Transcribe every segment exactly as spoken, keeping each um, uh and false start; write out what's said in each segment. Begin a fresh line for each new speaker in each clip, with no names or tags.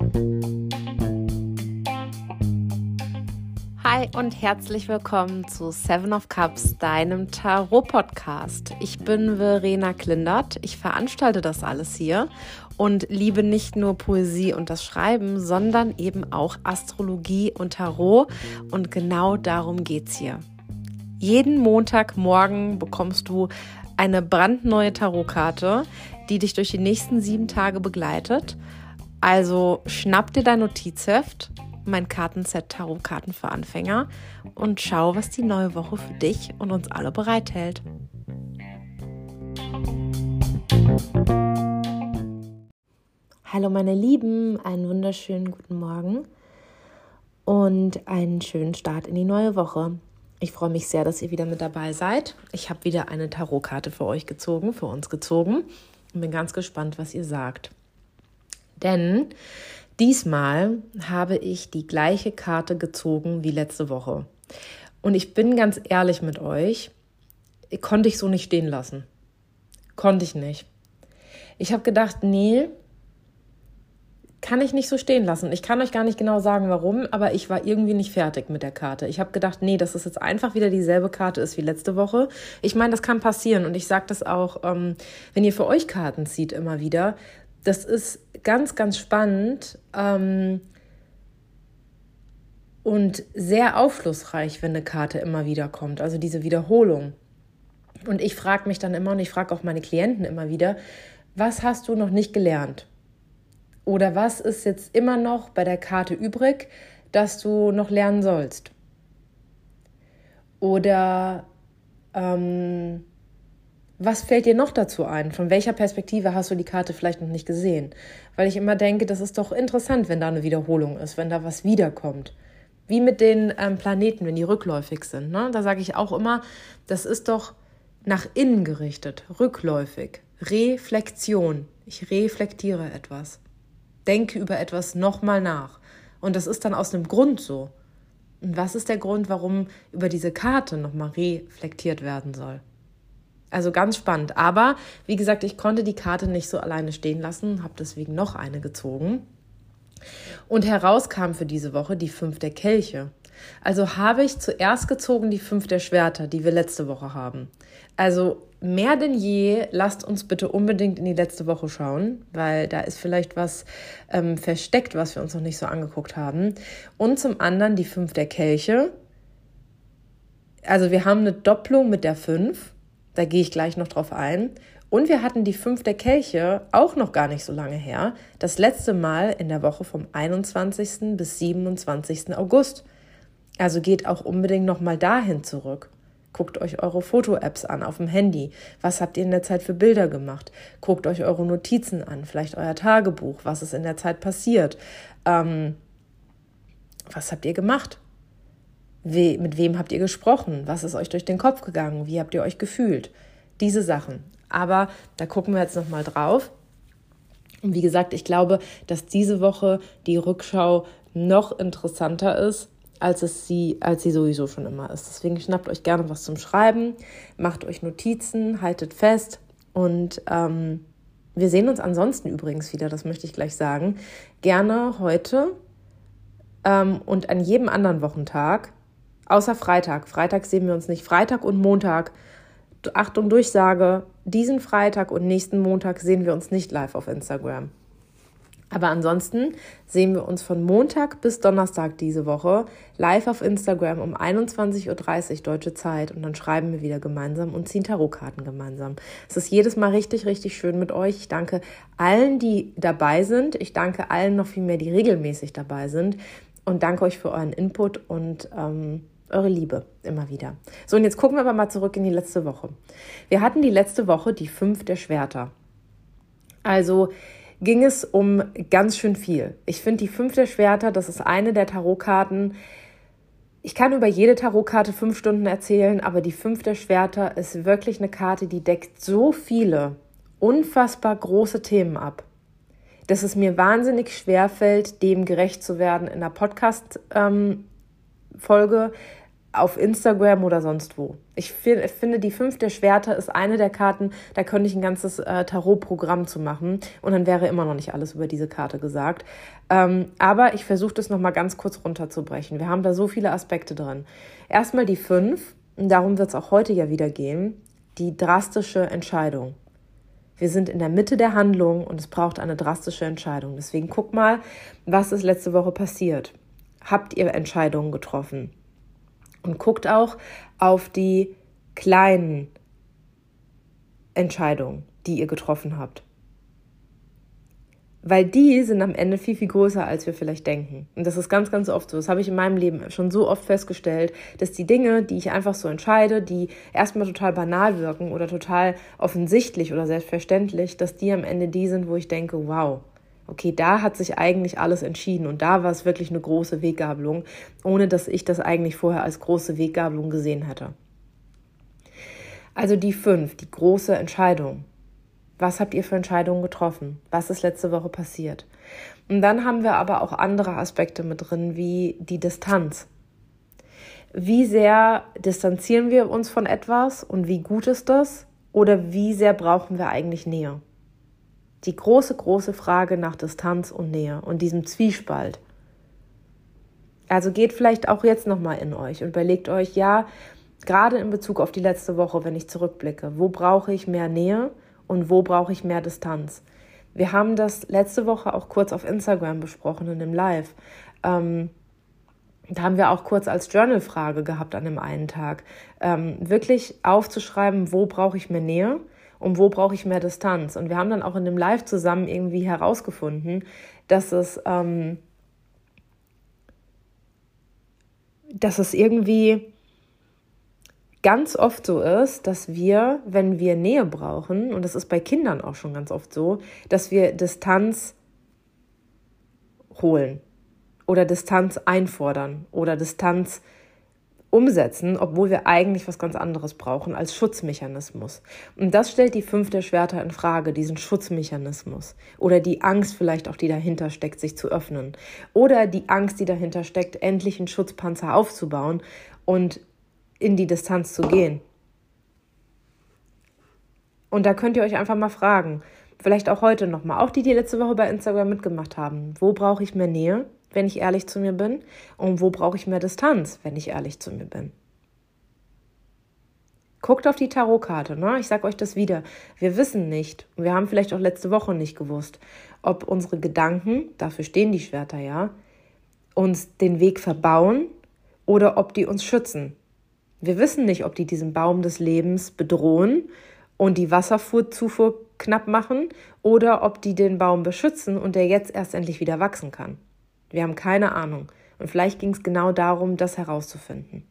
Hi und herzlich willkommen zu Seven of Cups, deinem Tarot-Podcast. Ich bin Verena Klindert, ich veranstalte das alles hier und liebe nicht nur Poesie und das Schreiben, sondern eben auch Astrologie und Tarot und genau darum geht's hier. Jeden Montagmorgen bekommst du eine brandneue Tarotkarte, die dich durch die nächsten sieben Tage begleitet. Also schnapp dir dein Notizheft, mein Kartenset Tarotkarten für Anfänger und schau, was die neue Woche für dich und uns alle bereithält. Hallo meine Lieben, einen wunderschönen guten Morgen und einen schönen Start in die neue Woche. Ich freue mich sehr, dass ihr wieder mit dabei seid. Ich habe wieder eine Tarotkarte für euch gezogen, für uns gezogen und bin ganz gespannt, was ihr sagt. Denn diesmal habe ich die gleiche Karte gezogen wie letzte Woche. Und ich bin ganz ehrlich mit euch, konnte ich so nicht stehen lassen. Konnte ich nicht. Ich habe gedacht, nee, kann ich nicht so stehen lassen. Ich kann euch gar nicht genau sagen, warum, aber ich war irgendwie nicht fertig mit der Karte. Ich habe gedacht, nee, dass es jetzt einfach wieder dieselbe Karte ist wie letzte Woche. Ich meine, das kann passieren und ich sage das auch, ähm, wenn ihr für euch Karten zieht immer wieder. Das ist ganz, ganz spannend ähm, und sehr aufschlussreich, wenn eine Karte immer wieder kommt, also diese Wiederholung. Und ich frage mich dann immer und ich frage auch meine Klienten immer wieder, was hast du noch nicht gelernt? Oder was ist jetzt immer noch bei der Karte übrig, dass du noch lernen sollst? Oder ähm, was fällt dir noch dazu ein? Von welcher Perspektive hast du die Karte vielleicht noch nicht gesehen? Weil ich immer denke, das ist doch interessant, wenn da eine Wiederholung ist, wenn da was wiederkommt. Wie mit den ähm, Planeten, wenn die rückläufig sind. Ne? Da sage ich auch immer, das ist doch nach innen gerichtet, rückläufig. Reflexion. Ich reflektiere etwas. Denke über etwas nochmal nach. Und das ist dann aus einem Grund so. Und was ist der Grund, warum über diese Karte nochmal reflektiert werden soll? Also ganz spannend. Aber wie gesagt, ich konnte die Karte nicht so alleine stehen lassen, habe deswegen noch eine gezogen. Und heraus kam für diese Woche die fünf der Kelche. Also habe ich zuerst gezogen die fünf der Schwerter, die wir letzte Woche haben. Also mehr denn je, lasst uns bitte unbedingt in die letzte Woche schauen, weil da ist vielleicht was ähm, versteckt, was wir uns noch nicht so angeguckt haben. Und zum anderen die fünf der Kelche. Also wir haben eine Doppelung mit der fünf. Da gehe ich gleich noch drauf ein. Und wir hatten die fünf der Kelche auch noch gar nicht so lange her. Das letzte Mal in der Woche vom einundzwanzigsten bis siebenundzwanzigsten August. Also geht auch unbedingt nochmal dahin zurück. Guckt euch eure Foto-Apps an auf dem Handy. Was habt ihr in der Zeit für Bilder gemacht? Guckt euch eure Notizen an, vielleicht euer Tagebuch. Was ist in der Zeit passiert? Ähm, was habt ihr gemacht? We- mit wem habt ihr gesprochen? Was ist euch durch den Kopf gegangen? Wie habt ihr euch gefühlt? Diese Sachen. Aber da gucken wir jetzt nochmal drauf. Und wie gesagt, ich glaube, dass diese Woche die Rückschau noch interessanter ist, als es sie, als sie sowieso schon immer ist. Deswegen schnappt euch gerne was zum Schreiben, macht euch Notizen, haltet fest und ähm, wir sehen uns ansonsten übrigens wieder, das möchte ich gleich sagen, gerne heute ähm, und an jedem anderen Wochentag, außer Freitag. Freitag sehen wir uns nicht. Freitag und Montag, Achtung, Durchsage, diesen Freitag und nächsten Montag sehen wir uns nicht live auf Instagram. Aber ansonsten sehen wir uns von Montag bis Donnerstag diese Woche live auf Instagram um einundzwanzig Uhr dreißig deutsche Zeit und dann schreiben wir wieder gemeinsam und ziehen Tarotkarten gemeinsam. Es ist jedes Mal richtig, richtig schön mit euch. Ich danke allen, die dabei sind. Ich danke allen noch viel mehr, die regelmäßig dabei sind und danke euch für euren Input und ähm, eure Liebe immer wieder. So, und jetzt gucken wir aber mal zurück in die letzte Woche. Wir hatten die letzte Woche die fünf der Schwerter. Also ging es um ganz schön viel. Ich finde die fünf der Schwerter, das ist eine der Tarotkarten. Ich kann über jede Tarotkarte fünf Stunden erzählen, aber die fünf der Schwerter ist wirklich eine Karte, die deckt so viele unfassbar große Themen ab, dass es mir wahnsinnig schwerfällt, dem gerecht zu werden in einer Podcast-Folge. auf Instagram oder sonst wo. Ich finde, die Fünf der Schwerter ist eine der Karten, da könnte ich ein ganzes äh, Tarot-Programm zu machen und dann wäre immer noch nicht alles über diese Karte gesagt. Ähm, aber ich versuche das nochmal ganz kurz runterzubrechen. Wir haben da so viele Aspekte drin. Erstmal die Fünf, und darum wird es auch heute ja wieder gehen, die drastische Entscheidung. Wir sind in der Mitte der Handlung und es braucht eine drastische Entscheidung. Deswegen guck mal, was ist letzte Woche passiert. Habt ihr Entscheidungen getroffen? Und guckt auch auf die kleinen Entscheidungen, die ihr getroffen habt. Weil die sind am Ende viel, viel größer, als wir vielleicht denken. Und das ist ganz, ganz oft so. Das habe ich in meinem Leben schon so oft festgestellt, dass die Dinge, die ich einfach so entscheide, die erstmal total banal wirken oder total offensichtlich oder selbstverständlich, dass die am Ende die sind, wo ich denke, wow, okay, da hat sich eigentlich alles entschieden und da war es wirklich eine große Weggabelung, ohne dass ich das eigentlich vorher als große Weggabelung gesehen hätte. Also die fünf, die große Entscheidung. Was habt ihr für Entscheidungen getroffen? Was ist letzte Woche passiert? Und dann haben wir aber auch andere Aspekte mit drin, wie die Distanz. Wie sehr distanzieren wir uns von etwas und wie gut ist das? Oder wie sehr brauchen wir eigentlich Nähe? Die große, große Frage nach Distanz und Nähe und diesem Zwiespalt. Also geht vielleicht auch jetzt nochmal in euch und überlegt euch, ja, gerade in Bezug auf die letzte Woche, wenn ich zurückblicke, wo brauche ich mehr Nähe und wo brauche ich mehr Distanz? Wir haben das letzte Woche auch kurz auf Instagram besprochen in dem Live. Ähm, da haben wir auch kurz als Journal-Frage gehabt an dem einen Tag, ähm, wirklich aufzuschreiben, wo brauche ich mehr Nähe? Und wo brauche ich mehr Distanz? Und wir haben dann auch in dem Live zusammen irgendwie herausgefunden, dass es, ähm, dass es irgendwie ganz oft so ist, dass wir, wenn wir Nähe brauchen, und das ist bei Kindern auch schon ganz oft so, dass wir Distanz holen oder Distanz einfordern oder Distanz umsetzen, obwohl wir eigentlich was ganz anderes brauchen als Schutzmechanismus. Und das stellt die Fünf der Schwerter in Frage, diesen Schutzmechanismus. Oder die Angst vielleicht auch, die dahinter steckt, sich zu öffnen. Oder die Angst, die dahinter steckt, endlich einen Schutzpanzer aufzubauen und in die Distanz zu gehen. Und da könnt ihr euch einfach mal fragen, vielleicht auch heute nochmal, auch die, die letzte Woche bei Instagram mitgemacht haben, wo brauche ich mehr Nähe, wenn ich ehrlich zu mir bin? Und wo brauche ich mehr Distanz, wenn ich ehrlich zu mir bin? Guckt auf die Tarotkarte, ne? Ich sage euch das wieder. Wir wissen nicht, und wir haben vielleicht auch letzte Woche nicht gewusst, ob unsere Gedanken, dafür stehen die Schwerter ja, uns den Weg verbauen oder ob die uns schützen. Wir wissen nicht, ob die diesen Baum des Lebens bedrohen und die Wasserzufuhr knapp machen oder ob die den Baum beschützen und der jetzt erst endlich wieder wachsen kann. Wir haben keine Ahnung. Und vielleicht ging es genau darum, das herauszufinden.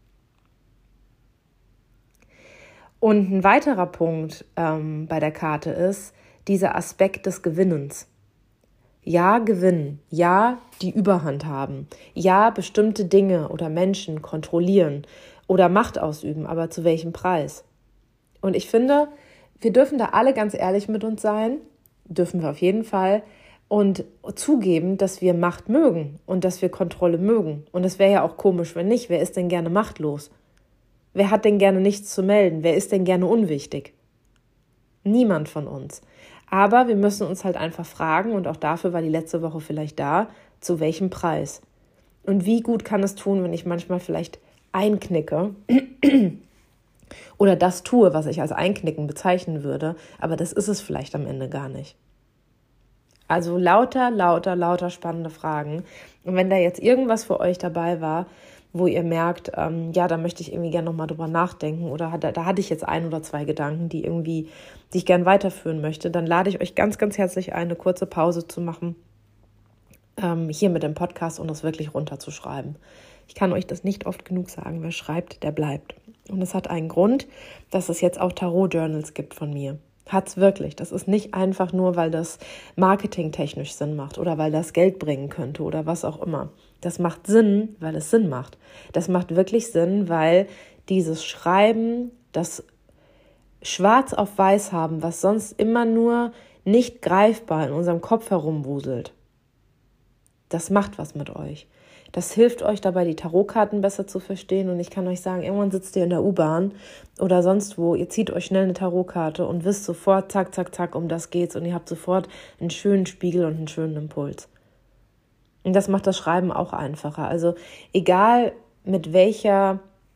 Und ein weiterer Punkt ähm, bei der Karte ist dieser Aspekt des Gewinnens. Ja, gewinnen. Ja, die Überhand haben. Ja, bestimmte Dinge oder Menschen kontrollieren oder Macht ausüben, aber zu welchem Preis? Und ich finde, wir dürfen da alle ganz ehrlich mit uns sein, dürfen wir auf jeden Fall, und zugeben, dass wir Macht mögen und dass wir Kontrolle mögen. Und es wäre ja auch komisch, wenn nicht. Wer ist denn gerne machtlos? Wer hat denn gerne nichts zu melden? Wer ist denn gerne unwichtig? Niemand von uns. Aber wir müssen uns halt einfach fragen, und auch dafür war die letzte Woche vielleicht da, zu welchem Preis? Und wie gut kann es tun, wenn ich manchmal vielleicht einknicke oder das tue, was ich als Einknicken bezeichnen würde, aber das ist es vielleicht am Ende gar nicht. Also lauter, lauter, lauter spannende Fragen. Und wenn da jetzt irgendwas für euch dabei war, wo ihr merkt, ähm, ja, da möchte ich irgendwie gerne nochmal drüber nachdenken oder da, da hatte ich jetzt ein oder zwei Gedanken, die irgendwie, die ich gerne weiterführen möchte, dann lade ich euch ganz, ganz herzlich ein, eine kurze Pause zu machen, ähm, hier mit dem Podcast und das wirklich runterzuschreiben. Ich kann euch das nicht oft genug sagen, wer schreibt, der bleibt. Und es hat einen Grund, dass es jetzt auch Tarot-Journals gibt von mir. Hat's wirklich. Das ist nicht einfach nur, weil das marketingtechnisch Sinn macht oder weil das Geld bringen könnte oder was auch immer. Das macht Sinn, weil es Sinn macht. Das macht wirklich Sinn, weil dieses Schreiben, das Schwarz auf Weiß haben, was sonst immer nur nicht greifbar in unserem Kopf herumwuselt, das macht was mit euch. Das hilft euch dabei, die Tarotkarten besser zu verstehen. Und ich kann euch sagen, irgendwann sitzt ihr in der U-Bahn oder sonst wo, ihr zieht euch schnell eine Tarotkarte und wisst sofort, zack, zack, zack, um das geht's. Und ihr habt sofort einen schönen Spiegel und einen schönen Impuls. Und das macht das Schreiben auch einfacher. Also egal mit welcher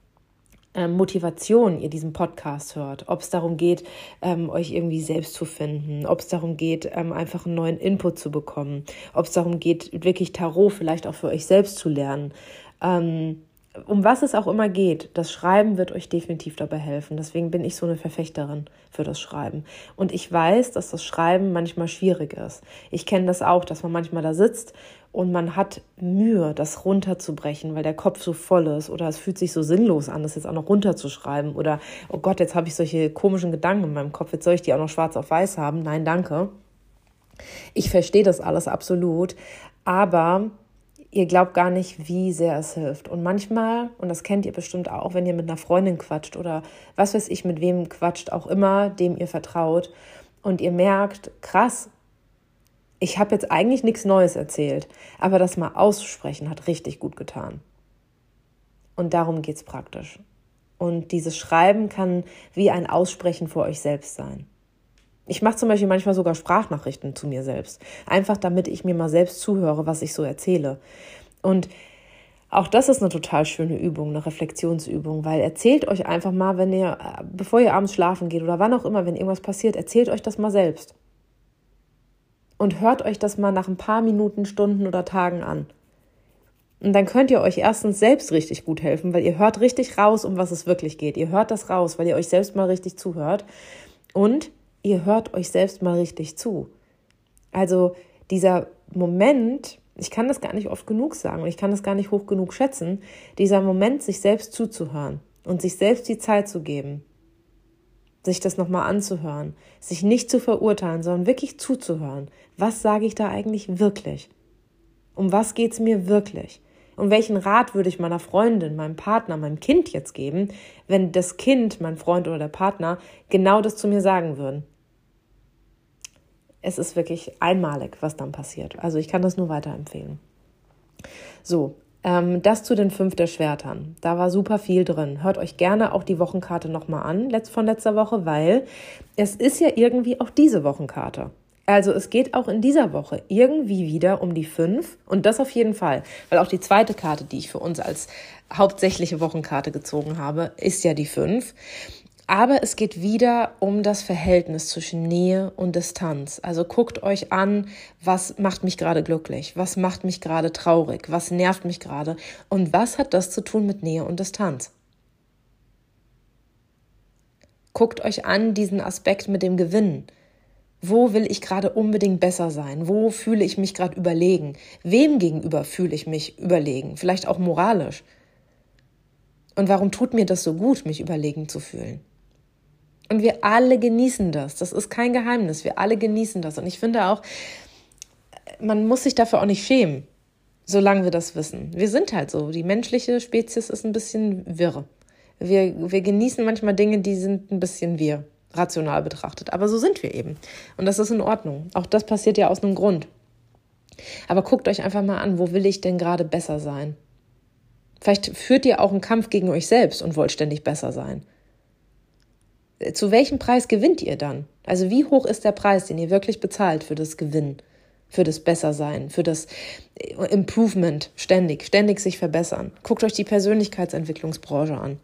Motivation ihr diesen Podcast hört, ob es darum geht, ähm, euch irgendwie selbst zu finden, ob es darum geht, ähm, einfach einen neuen Input zu bekommen, ob es darum geht, wirklich Tarot vielleicht auch für euch selbst zu lernen. Ähm, um was es auch immer geht, das Schreiben wird euch definitiv dabei helfen. Deswegen bin ich so eine Verfechterin für das Schreiben. Und ich weiß, dass das Schreiben manchmal schwierig ist. Ich kenne das auch, dass man manchmal da sitzt und man hat Mühe, das runterzubrechen, weil der Kopf so voll ist oder es fühlt sich so sinnlos an, das jetzt auch noch runterzuschreiben oder, oh Gott, jetzt habe ich solche komischen Gedanken in meinem Kopf, jetzt soll ich die auch noch schwarz auf weiß haben. Nein, danke. Ich verstehe das alles absolut, aber ihr glaubt gar nicht, wie sehr es hilft. Und manchmal, und das kennt ihr bestimmt auch, wenn ihr mit einer Freundin quatscht oder was weiß ich, mit wem quatscht, auch immer, dem ihr vertraut und ihr merkt, krass, ich habe jetzt eigentlich nichts Neues erzählt, aber das mal auszusprechen hat richtig gut getan. Und darum geht's praktisch. Und dieses Schreiben kann wie ein Aussprechen vor euch selbst sein. Ich mache zum Beispiel manchmal sogar Sprachnachrichten zu mir selbst, einfach damit ich mir mal selbst zuhöre, was ich so erzähle. Und auch das ist eine total schöne Übung, eine Reflexionsübung, weil erzählt euch einfach mal, wenn ihr, bevor ihr abends schlafen geht oder wann auch immer, wenn irgendwas passiert, erzählt euch das mal selbst. Und hört euch das mal nach ein paar Minuten, Stunden oder Tagen an. Und dann könnt ihr euch erstens selbst richtig gut helfen, weil ihr hört richtig raus, um was es wirklich geht. Ihr hört das raus, weil ihr euch selbst mal richtig zuhört. Und ihr hört euch selbst mal richtig zu. Also dieser Moment, ich kann das gar nicht oft genug sagen und ich kann das gar nicht hoch genug schätzen, dieser Moment, sich selbst zuzuhören und sich selbst die Zeit zu geben, sich das nochmal anzuhören, sich nicht zu verurteilen, sondern wirklich zuzuhören. Was sage ich da eigentlich wirklich? Um was geht es mir wirklich? Und welchen Rat würde ich meiner Freundin, meinem Partner, meinem Kind jetzt geben, wenn das Kind, mein Freund oder der Partner, genau das zu mir sagen würden? Es ist wirklich einmalig, was dann passiert. Also ich kann das nur weiterempfehlen. So, ähm, das zu den fünf der Schwertern. Da war super viel drin. Hört euch gerne auch die Wochenkarte nochmal an, letzt von letzter Woche, weil es ist ja irgendwie auch diese Wochenkarte. Also es geht auch in dieser Woche irgendwie wieder um die fünf und das auf jeden Fall, weil auch die zweite Karte, die ich für uns als hauptsächliche Wochenkarte gezogen habe, ist ja die fünf. Aber es geht wieder um das Verhältnis zwischen Nähe und Distanz. Also guckt euch an, was macht mich gerade glücklich, was macht mich gerade traurig, was nervt mich gerade und was hat das zu tun mit Nähe und Distanz. Guckt euch an diesen Aspekt mit dem Gewinnen. Wo will ich gerade unbedingt besser sein? Wo fühle ich mich gerade überlegen? Wem gegenüber fühle ich mich überlegen? Vielleicht auch moralisch. Und warum tut mir das so gut, mich überlegen zu fühlen? Und wir alle genießen das. Das ist kein Geheimnis. Wir alle genießen das. Und ich finde auch, man muss sich dafür auch nicht schämen, solange wir das wissen. Wir sind halt so. Die menschliche Spezies ist ein bisschen wirr. Wir, wir genießen manchmal Dinge, die sind ein bisschen wirr, rational betrachtet. Aber so sind wir eben. Und das ist in Ordnung. Auch das passiert ja aus einem Grund. Aber guckt euch einfach mal an, wo will ich denn gerade besser sein? Vielleicht führt ihr auch einen Kampf gegen euch selbst und wollt ständig besser sein. Zu welchem Preis gewinnt ihr dann? Also wie hoch ist der Preis, den ihr wirklich bezahlt für das Gewinnen, für das Bessersein, für das Improvement, ständig, ständig sich verbessern? Guckt euch die Persönlichkeitsentwicklungsbranche an.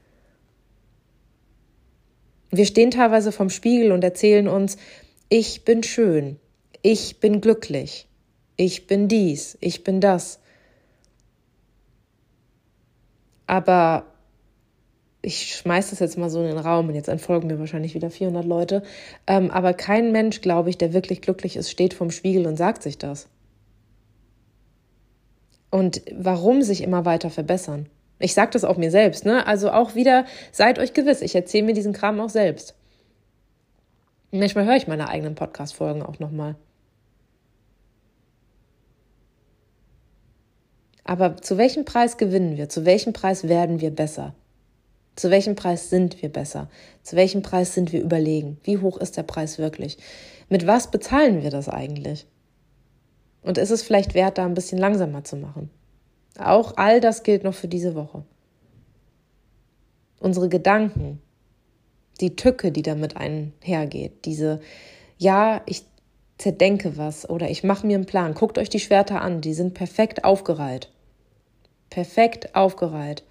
Wir stehen teilweise vorm Spiegel und erzählen uns, ich bin schön, ich bin glücklich, ich bin dies, ich bin das. Aber ich schmeiß das jetzt mal so in den Raum und jetzt entfolgen mir wahrscheinlich wieder vierhundert Leute. Ähm, aber kein Mensch, glaube ich, der wirklich glücklich ist, steht vorm Spiegel und sagt sich das. Und warum sich immer weiter verbessern? Ich sage das auch mir selbst, ne? Also auch wieder, seid euch gewiss, ich erzähle mir diesen Kram auch selbst. Und manchmal höre ich meine eigenen Podcast-Folgen auch nochmal. Aber zu welchem Preis gewinnen wir? Zu welchem Preis werden wir besser? Zu welchem Preis sind wir besser? Zu welchem Preis sind wir überlegen? Wie hoch ist der Preis wirklich? Mit was bezahlen wir das eigentlich? Und ist es vielleicht wert, da ein bisschen langsamer zu machen? Auch all das gilt noch für diese Woche. Unsere Gedanken, die Tücke, die damit einhergeht, diese, ja, ich zerdenke was oder ich mache mir einen Plan. Guckt euch die Schwerter an, die sind perfekt aufgereiht. Perfekt aufgereiht.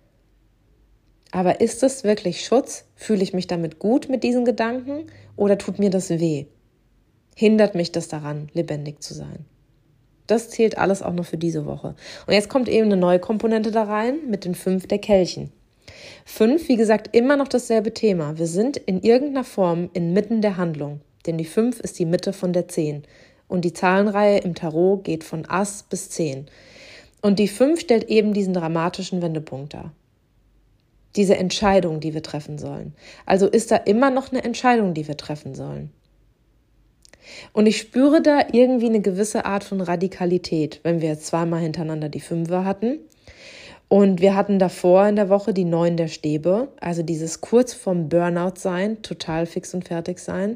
Aber ist es wirklich Schutz? Fühle ich mich damit gut mit diesen Gedanken oder tut mir das weh? Hindert mich das daran, lebendig zu sein? Das zählt alles auch noch für diese Woche. Und jetzt kommt eben eine neue Komponente da rein mit den fünf der Kelchen. Fünf, wie gesagt, immer noch dasselbe Thema. Wir sind in irgendeiner Form inmitten der Handlung, denn die fünf ist die Mitte von der zehn. Und die Zahlenreihe im Tarot geht von Ass bis zehn. Und die fünf stellt eben diesen dramatischen Wendepunkt dar. Diese Entscheidung, die wir treffen sollen. Also ist da immer noch eine Entscheidung, die wir treffen sollen. Und ich spüre da irgendwie eine gewisse Art von Radikalität, wenn wir jetzt zweimal hintereinander die Fünfer hatten. Und wir hatten davor in der Woche die Neun der Stäbe, also dieses kurz vorm Burnout sein, total fix und fertig sein.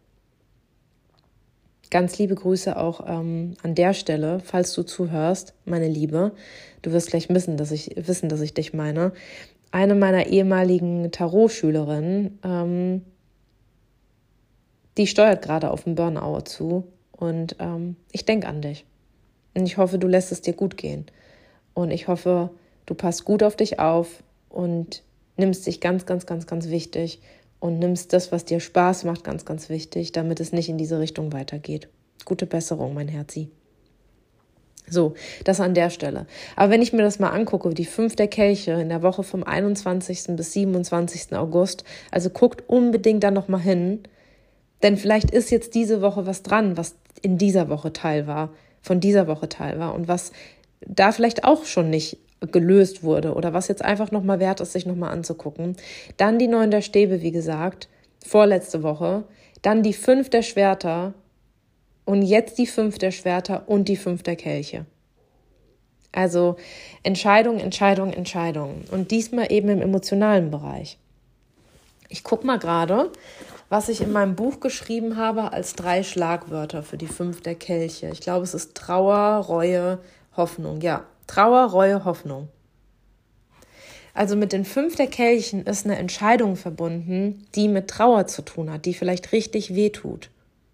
Ganz liebe Grüße auch ähm, an der Stelle, falls du zuhörst, meine Liebe. Du wirst gleich wissen, dass ich, wissen, dass ich dich meine. Eine meiner ehemaligen Tarot-Schülerinnen, ähm, die steuert gerade auf den Burnout zu und ähm, ich denke an dich. Und ich hoffe, du lässt es dir gut gehen. Und ich hoffe, du passt gut auf dich auf und nimmst dich ganz, ganz, ganz, ganz wichtig und nimmst das, was dir Spaß macht, ganz, ganz wichtig, damit es nicht in diese Richtung weitergeht. Gute Besserung, mein Herzi. So, das an der Stelle. Aber wenn ich mir das mal angucke, die fünf der Kelche in der Woche vom einundzwanzigsten bis siebenundzwanzigsten August, also guckt unbedingt da nochmal hin, denn vielleicht ist jetzt diese Woche was dran, was in dieser Woche Teil war, von dieser Woche Teil war und was da vielleicht auch schon nicht gelöst wurde oder was jetzt einfach nochmal wert ist, sich nochmal anzugucken. Dann die Neun der Stäbe, wie gesagt, vorletzte Woche. Dann die Fünf der Schwerter und jetzt die Fünf der Schwerter und die Fünf der Kelche. Also Entscheidung, Entscheidung, Entscheidung. Und diesmal eben im emotionalen Bereich. Ich gucke mal gerade, was ich in meinem Buch geschrieben habe als drei Schlagwörter für die Fünf der Kelche. Ich glaube, es ist Trauer, Reue, Hoffnung. Ja, Trauer, Reue, Hoffnung. Also mit den Fünf der Kelchen ist eine Entscheidung verbunden, die mit Trauer zu tun hat, die vielleicht richtig wehtut.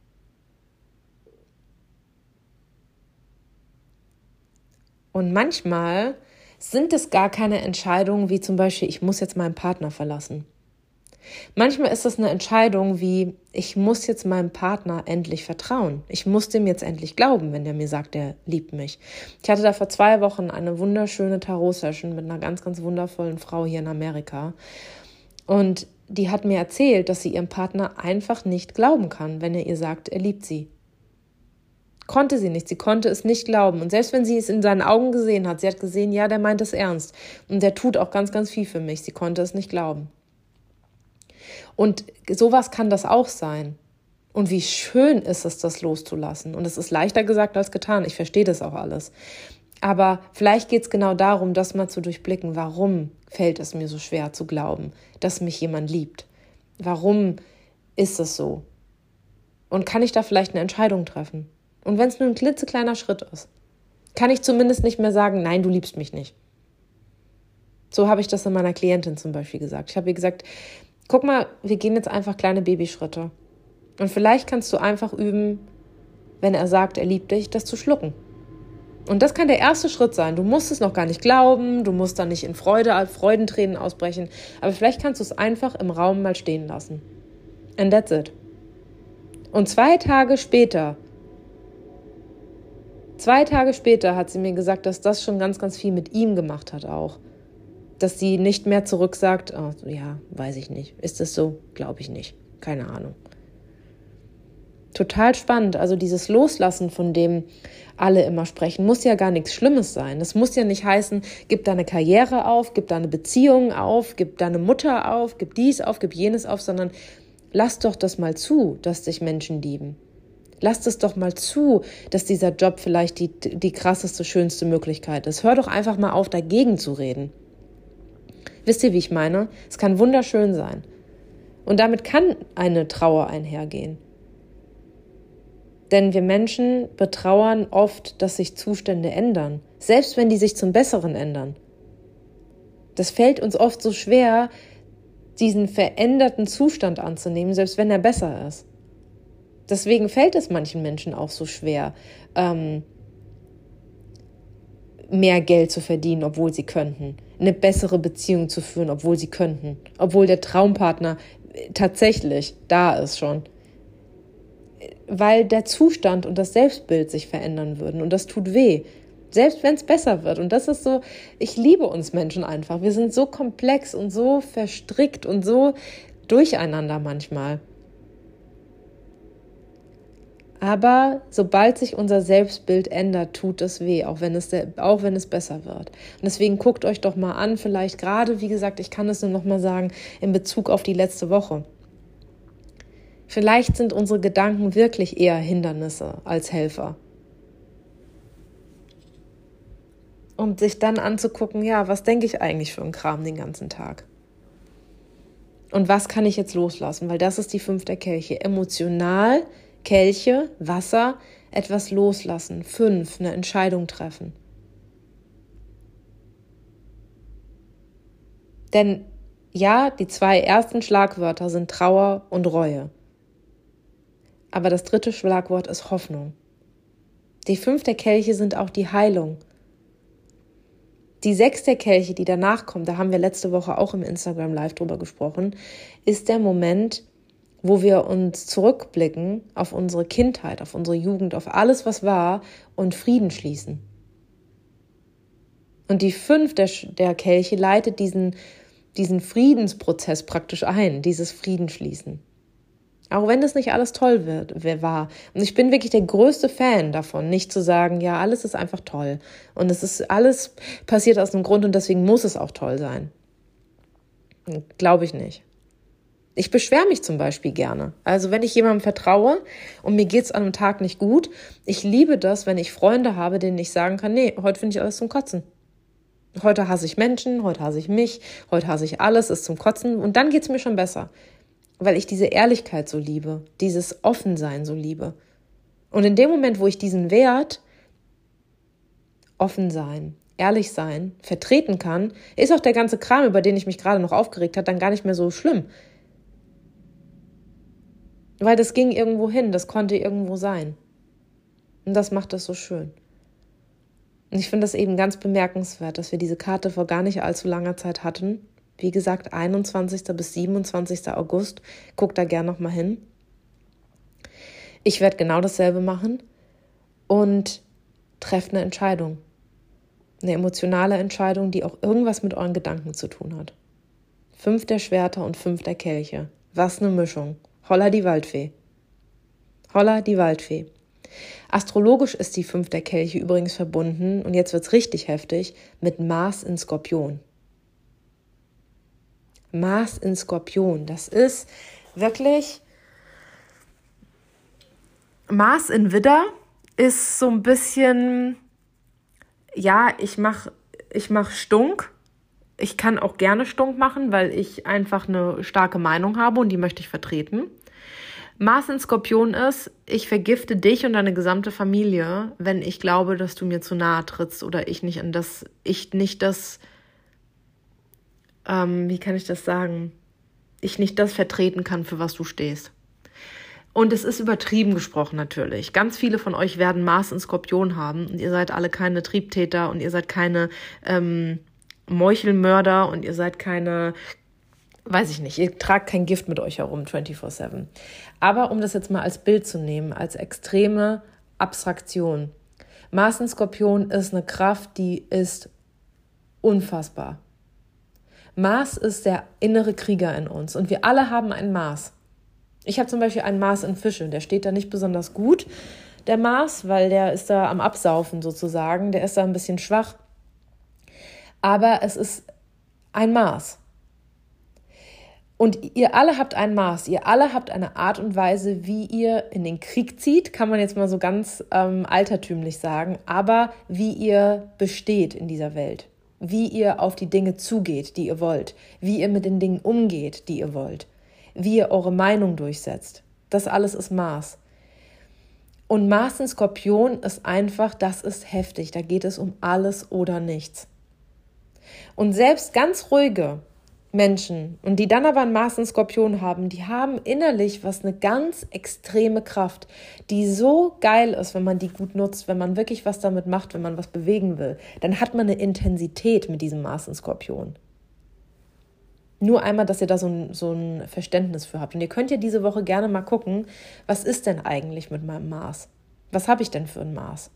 Und manchmal sind es gar keine Entscheidungen wie zum Beispiel, ich muss jetzt meinen Partner verlassen. Manchmal ist es eine Entscheidung wie, ich muss jetzt meinem Partner endlich vertrauen. Ich muss dem jetzt endlich glauben, wenn der mir sagt, er liebt mich. Ich hatte da vor zwei Wochen eine wunderschöne Tarot-Session mit einer ganz, ganz wundervollen Frau hier in Amerika. Und die hat mir erzählt, dass sie ihrem Partner einfach nicht glauben kann, wenn er ihr sagt, er liebt sie. Konnte sie nicht, sie konnte es nicht glauben. Und selbst wenn sie es in seinen Augen gesehen hat, sie hat gesehen, ja, der meint es ernst. Und der tut auch ganz, ganz viel für mich. Sie konnte es nicht glauben. Und sowas kann das auch sein. Und wie schön ist es, das loszulassen. Und es ist leichter gesagt als getan. Ich verstehe das auch alles. Aber vielleicht geht es genau darum, das mal zu durchblicken. Warum fällt es mir so schwer zu glauben, dass mich jemand liebt? Warum ist es so? Und kann ich da vielleicht eine Entscheidung treffen? Und wenn es nur ein klitzekleiner Schritt ist, kann ich zumindest nicht mehr sagen, nein, du liebst mich nicht. So habe ich das in meiner Klientin zum Beispiel gesagt. Ich habe ihr gesagt, guck mal, wir gehen jetzt einfach kleine Babyschritte. Und vielleicht kannst du einfach üben, wenn er sagt, er liebt dich, das zu schlucken. Und das kann der erste Schritt sein. Du musst es noch gar nicht glauben, du musst dann nicht in Freude, Freudentränen ausbrechen, aber vielleicht kannst du es einfach im Raum mal stehen lassen. And that's it. Und zwei Tage später, zwei Tage später hat sie mir gesagt, dass das schon ganz, ganz viel mit ihm gemacht hat auch. Dass sie nicht mehr zurücksagt, oh, ja, weiß ich nicht. Ist es so? Glaube ich nicht. Keine Ahnung. Total spannend. Also dieses Loslassen, von dem alle immer sprechen, muss ja gar nichts Schlimmes sein. Das muss ja nicht heißen, gib deine Karriere auf, gib deine Beziehung auf, gib deine Mutter auf, gib dies auf, gib jenes auf, sondern lass doch das mal zu, dass dich Menschen lieben. Lass es doch mal zu, dass dieser Job vielleicht die, die krasseste, schönste Möglichkeit ist. Hör doch einfach mal auf, dagegen zu reden. Wisst ihr, wie ich meine? Es kann wunderschön sein. Und damit kann eine Trauer einhergehen. Denn wir Menschen betrauern oft, dass sich Zustände ändern. Selbst wenn die sich zum Besseren ändern. Das fällt uns oft so schwer, diesen veränderten Zustand anzunehmen, selbst wenn er besser ist. Deswegen fällt es manchen Menschen auch so schwer, ähm, mehr Geld zu verdienen, obwohl sie könnten. Eine bessere Beziehung zu führen, obwohl sie könnten. Obwohl der Traumpartner tatsächlich da ist schon. Weil der Zustand und das Selbstbild sich verändern würden. Und das tut weh. Selbst wenn es besser wird. Und das ist so, ich liebe uns Menschen einfach. Wir sind so komplex und so verstrickt und so durcheinander manchmal. Aber sobald sich unser Selbstbild ändert, tut es weh, auch wenn es, auch wenn es besser wird. Und deswegen guckt euch doch mal an, vielleicht gerade, wie gesagt, ich kann es nur noch mal sagen, in Bezug auf die letzte Woche. Vielleicht sind unsere Gedanken wirklich eher Hindernisse als Helfer. Und sich dann anzugucken, ja, was denke ich eigentlich für einen Kram den ganzen Tag? Und was kann ich jetzt loslassen? Weil das ist die fünf der Kelche. Emotional, Kelche, Wasser, etwas loslassen. Fünf, eine Entscheidung treffen. Denn ja, die zwei ersten Schlagwörter sind Trauer und Reue. Aber das dritte Schlagwort ist Hoffnung. Die fünf der Kelche sind auch die Heilung. Die sechs der Kelche, die danach kommt, da haben wir letzte Woche auch im Instagram Live drüber gesprochen, ist der Moment, wo wir uns zurückblicken auf unsere Kindheit, auf unsere Jugend, auf alles, was war und Frieden schließen. Und die fünf der, der Kelche leitet diesen, diesen Friedensprozess praktisch ein, dieses Friedensschließen. Auch wenn das nicht alles toll wird, wer war. Und ich bin wirklich der größte Fan davon, nicht zu sagen, ja, alles ist einfach toll. Und es ist alles passiert aus einem Grund und deswegen muss es auch toll sein. Glaube ich nicht. Ich beschwere mich zum Beispiel gerne. Also wenn ich jemandem vertraue und mir geht's an einem Tag nicht gut, ich liebe das, wenn ich Freunde habe, denen ich sagen kann, nee, heute finde ich alles zum Kotzen. Heute hasse ich Menschen, heute hasse ich mich, heute hasse ich alles, ist zum Kotzen und dann geht's mir schon besser. Weil ich diese Ehrlichkeit so liebe, dieses Offensein so liebe. Und in dem Moment, wo ich diesen Wert, offen sein, ehrlich sein, vertreten kann, ist auch der ganze Kram, über den ich mich gerade noch aufgeregt habe, dann gar nicht mehr so schlimm. Weil das ging irgendwo hin, das konnte irgendwo sein. Und das macht das so schön. Und ich finde das eben ganz bemerkenswert, dass wir diese Karte vor gar nicht allzu langer Zeit hatten. Wie gesagt, einundzwanzigster bis siebenundzwanzigster August. Guck da gern nochmal hin. Ich werde genau dasselbe machen und trefft eine Entscheidung. Eine emotionale Entscheidung, die auch irgendwas mit euren Gedanken zu tun hat. Fünf der Schwerter und fünf der Kelche. Was eine Mischung. Holla die Waldfee. Holla die Waldfee. Astrologisch ist die fünf der Kelche übrigens verbunden, und jetzt wird's richtig heftig, mit Mars in Skorpion. Mars in Skorpion, das ist wirklich, Mars in Widder ist so ein bisschen, ja, ich mach, ich mach Stunk. Ich kann auch gerne Stunk machen, weil ich einfach eine starke Meinung habe und die möchte ich vertreten. Mars in Skorpion ist, ich vergifte dich und deine gesamte Familie, wenn ich glaube, dass du mir zu nahe trittst oder ich nicht an das, ich nicht das, ähm, wie kann ich das sagen, ich nicht das vertreten kann, für was du stehst. Und es ist übertrieben gesprochen natürlich. Ganz viele von euch werden Mars in Skorpion haben und ihr seid alle keine Triebtäter und ihr seid keine ähm, Meuchelmörder und ihr seid keine, weiß ich nicht, ihr tragt kein Gift mit euch herum vierundzwanzig sieben. Aber um das jetzt mal als Bild zu nehmen, als extreme Abstraktion. Mars in Skorpion ist eine Kraft, die ist unfassbar. Mars ist der innere Krieger in uns und wir alle haben einen Mars. Ich habe zum Beispiel einen Mars in Fische, der steht da nicht besonders gut, der Mars, weil der ist da am Absaufen sozusagen, der ist da ein bisschen schwach. Aber es ist ein Mars. Und ihr alle habt ein Mars, ihr alle habt eine Art und Weise, wie ihr in den Krieg zieht, kann man jetzt mal so ganz ähm, altertümlich sagen, aber wie ihr besteht in dieser Welt. Wie ihr auf die Dinge zugeht, die ihr wollt. Wie ihr mit den Dingen umgeht, die ihr wollt. Wie ihr eure Meinung durchsetzt. Das alles ist Mars. Und Mars in Skorpion ist einfach, das ist heftig. Da geht es um alles oder nichts. Und selbst ganz ruhige Menschen, und die dann aber einen Mars in Skorpion haben, die haben innerlich was, eine ganz extreme Kraft, die so geil ist, wenn man die gut nutzt, wenn man wirklich was damit macht, wenn man was bewegen will. Dann hat man eine Intensität mit diesem Mars in Skorpion. Nur einmal, dass ihr da so ein, so ein Verständnis für habt. Und ihr könnt ja diese Woche gerne mal gucken, was ist denn eigentlich mit meinem Mars? Was habe ich denn für ein Mars?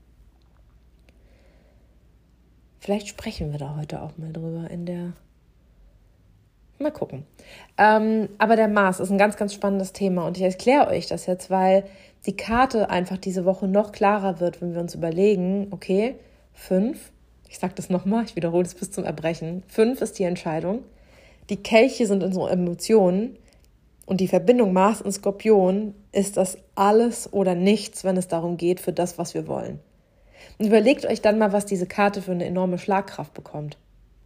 Vielleicht sprechen wir da heute auch mal drüber in der... Mal gucken. Ähm, aber der Mars ist ein ganz, ganz spannendes Thema und ich erkläre euch das jetzt, weil die Karte einfach diese Woche noch klarer wird, wenn wir uns überlegen, okay, fünf, ich sage das nochmal, ich wiederhole es bis zum Erbrechen, fünf ist die Entscheidung, die Kelche sind unsere Emotionen und die Verbindung Mars und Skorpion ist das alles oder nichts, wenn es darum geht, für das, was wir wollen. Und überlegt euch dann mal, was diese Karte für eine enorme Schlagkraft bekommt.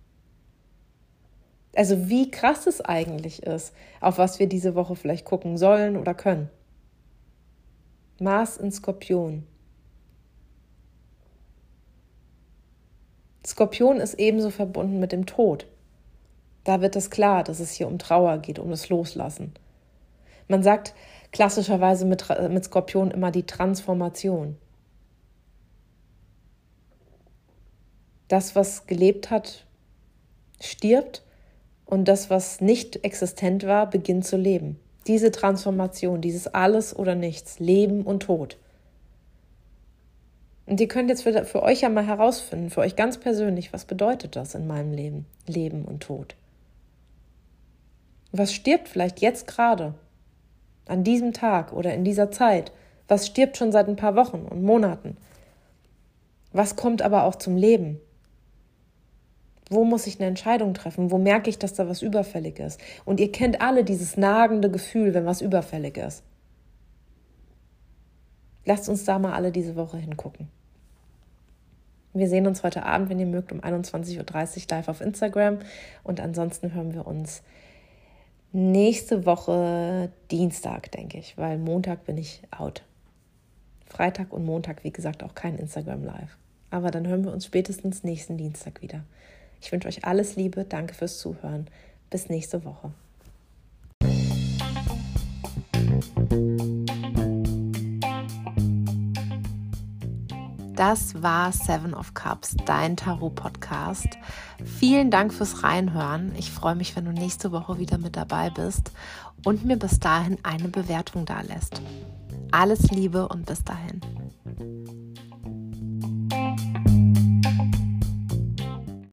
Also wie krass es eigentlich ist, auf was wir diese Woche vielleicht gucken sollen oder können. Mars in Skorpion. Skorpion ist ebenso verbunden mit dem Tod. Da wird es klar, dass es hier um Trauer geht, um das Loslassen. Man sagt klassischerweise mit, mit Skorpion immer die Transformation. Das, was gelebt hat, stirbt. Und das, was nicht existent war, beginnt zu leben. Diese Transformation, dieses Alles oder Nichts, Leben und Tod. Und ihr könnt jetzt für, für euch ja mal herausfinden, für euch ganz persönlich, was bedeutet das in meinem Leben, Leben und Tod? Was stirbt vielleicht jetzt gerade, an diesem Tag oder in dieser Zeit? Was stirbt schon seit ein paar Wochen und Monaten? Was kommt aber auch zum Leben? Wo muss ich eine Entscheidung treffen? Wo merke ich, dass da was überfällig ist? Und ihr kennt alle dieses nagende Gefühl, wenn was überfällig ist. Lasst uns da mal alle diese Woche hingucken. Wir sehen uns heute Abend, wenn ihr mögt, um einundzwanzig Uhr dreißig live auf Instagram. Und ansonsten hören wir uns nächste Woche Dienstag, denke ich, weil Montag bin ich out. Freitag und Montag, wie gesagt, auch kein Instagram live. Aber dann hören wir uns spätestens nächsten Dienstag wieder. Ich wünsche euch alles Liebe, danke fürs Zuhören. Bis nächste Woche. Das war Seven of Cups, dein Tarot-Podcast. Vielen Dank fürs Reinhören. Ich freue mich, wenn du nächste Woche wieder mit dabei bist und mir bis dahin eine Bewertung dalässt. Alles Liebe und bis dahin.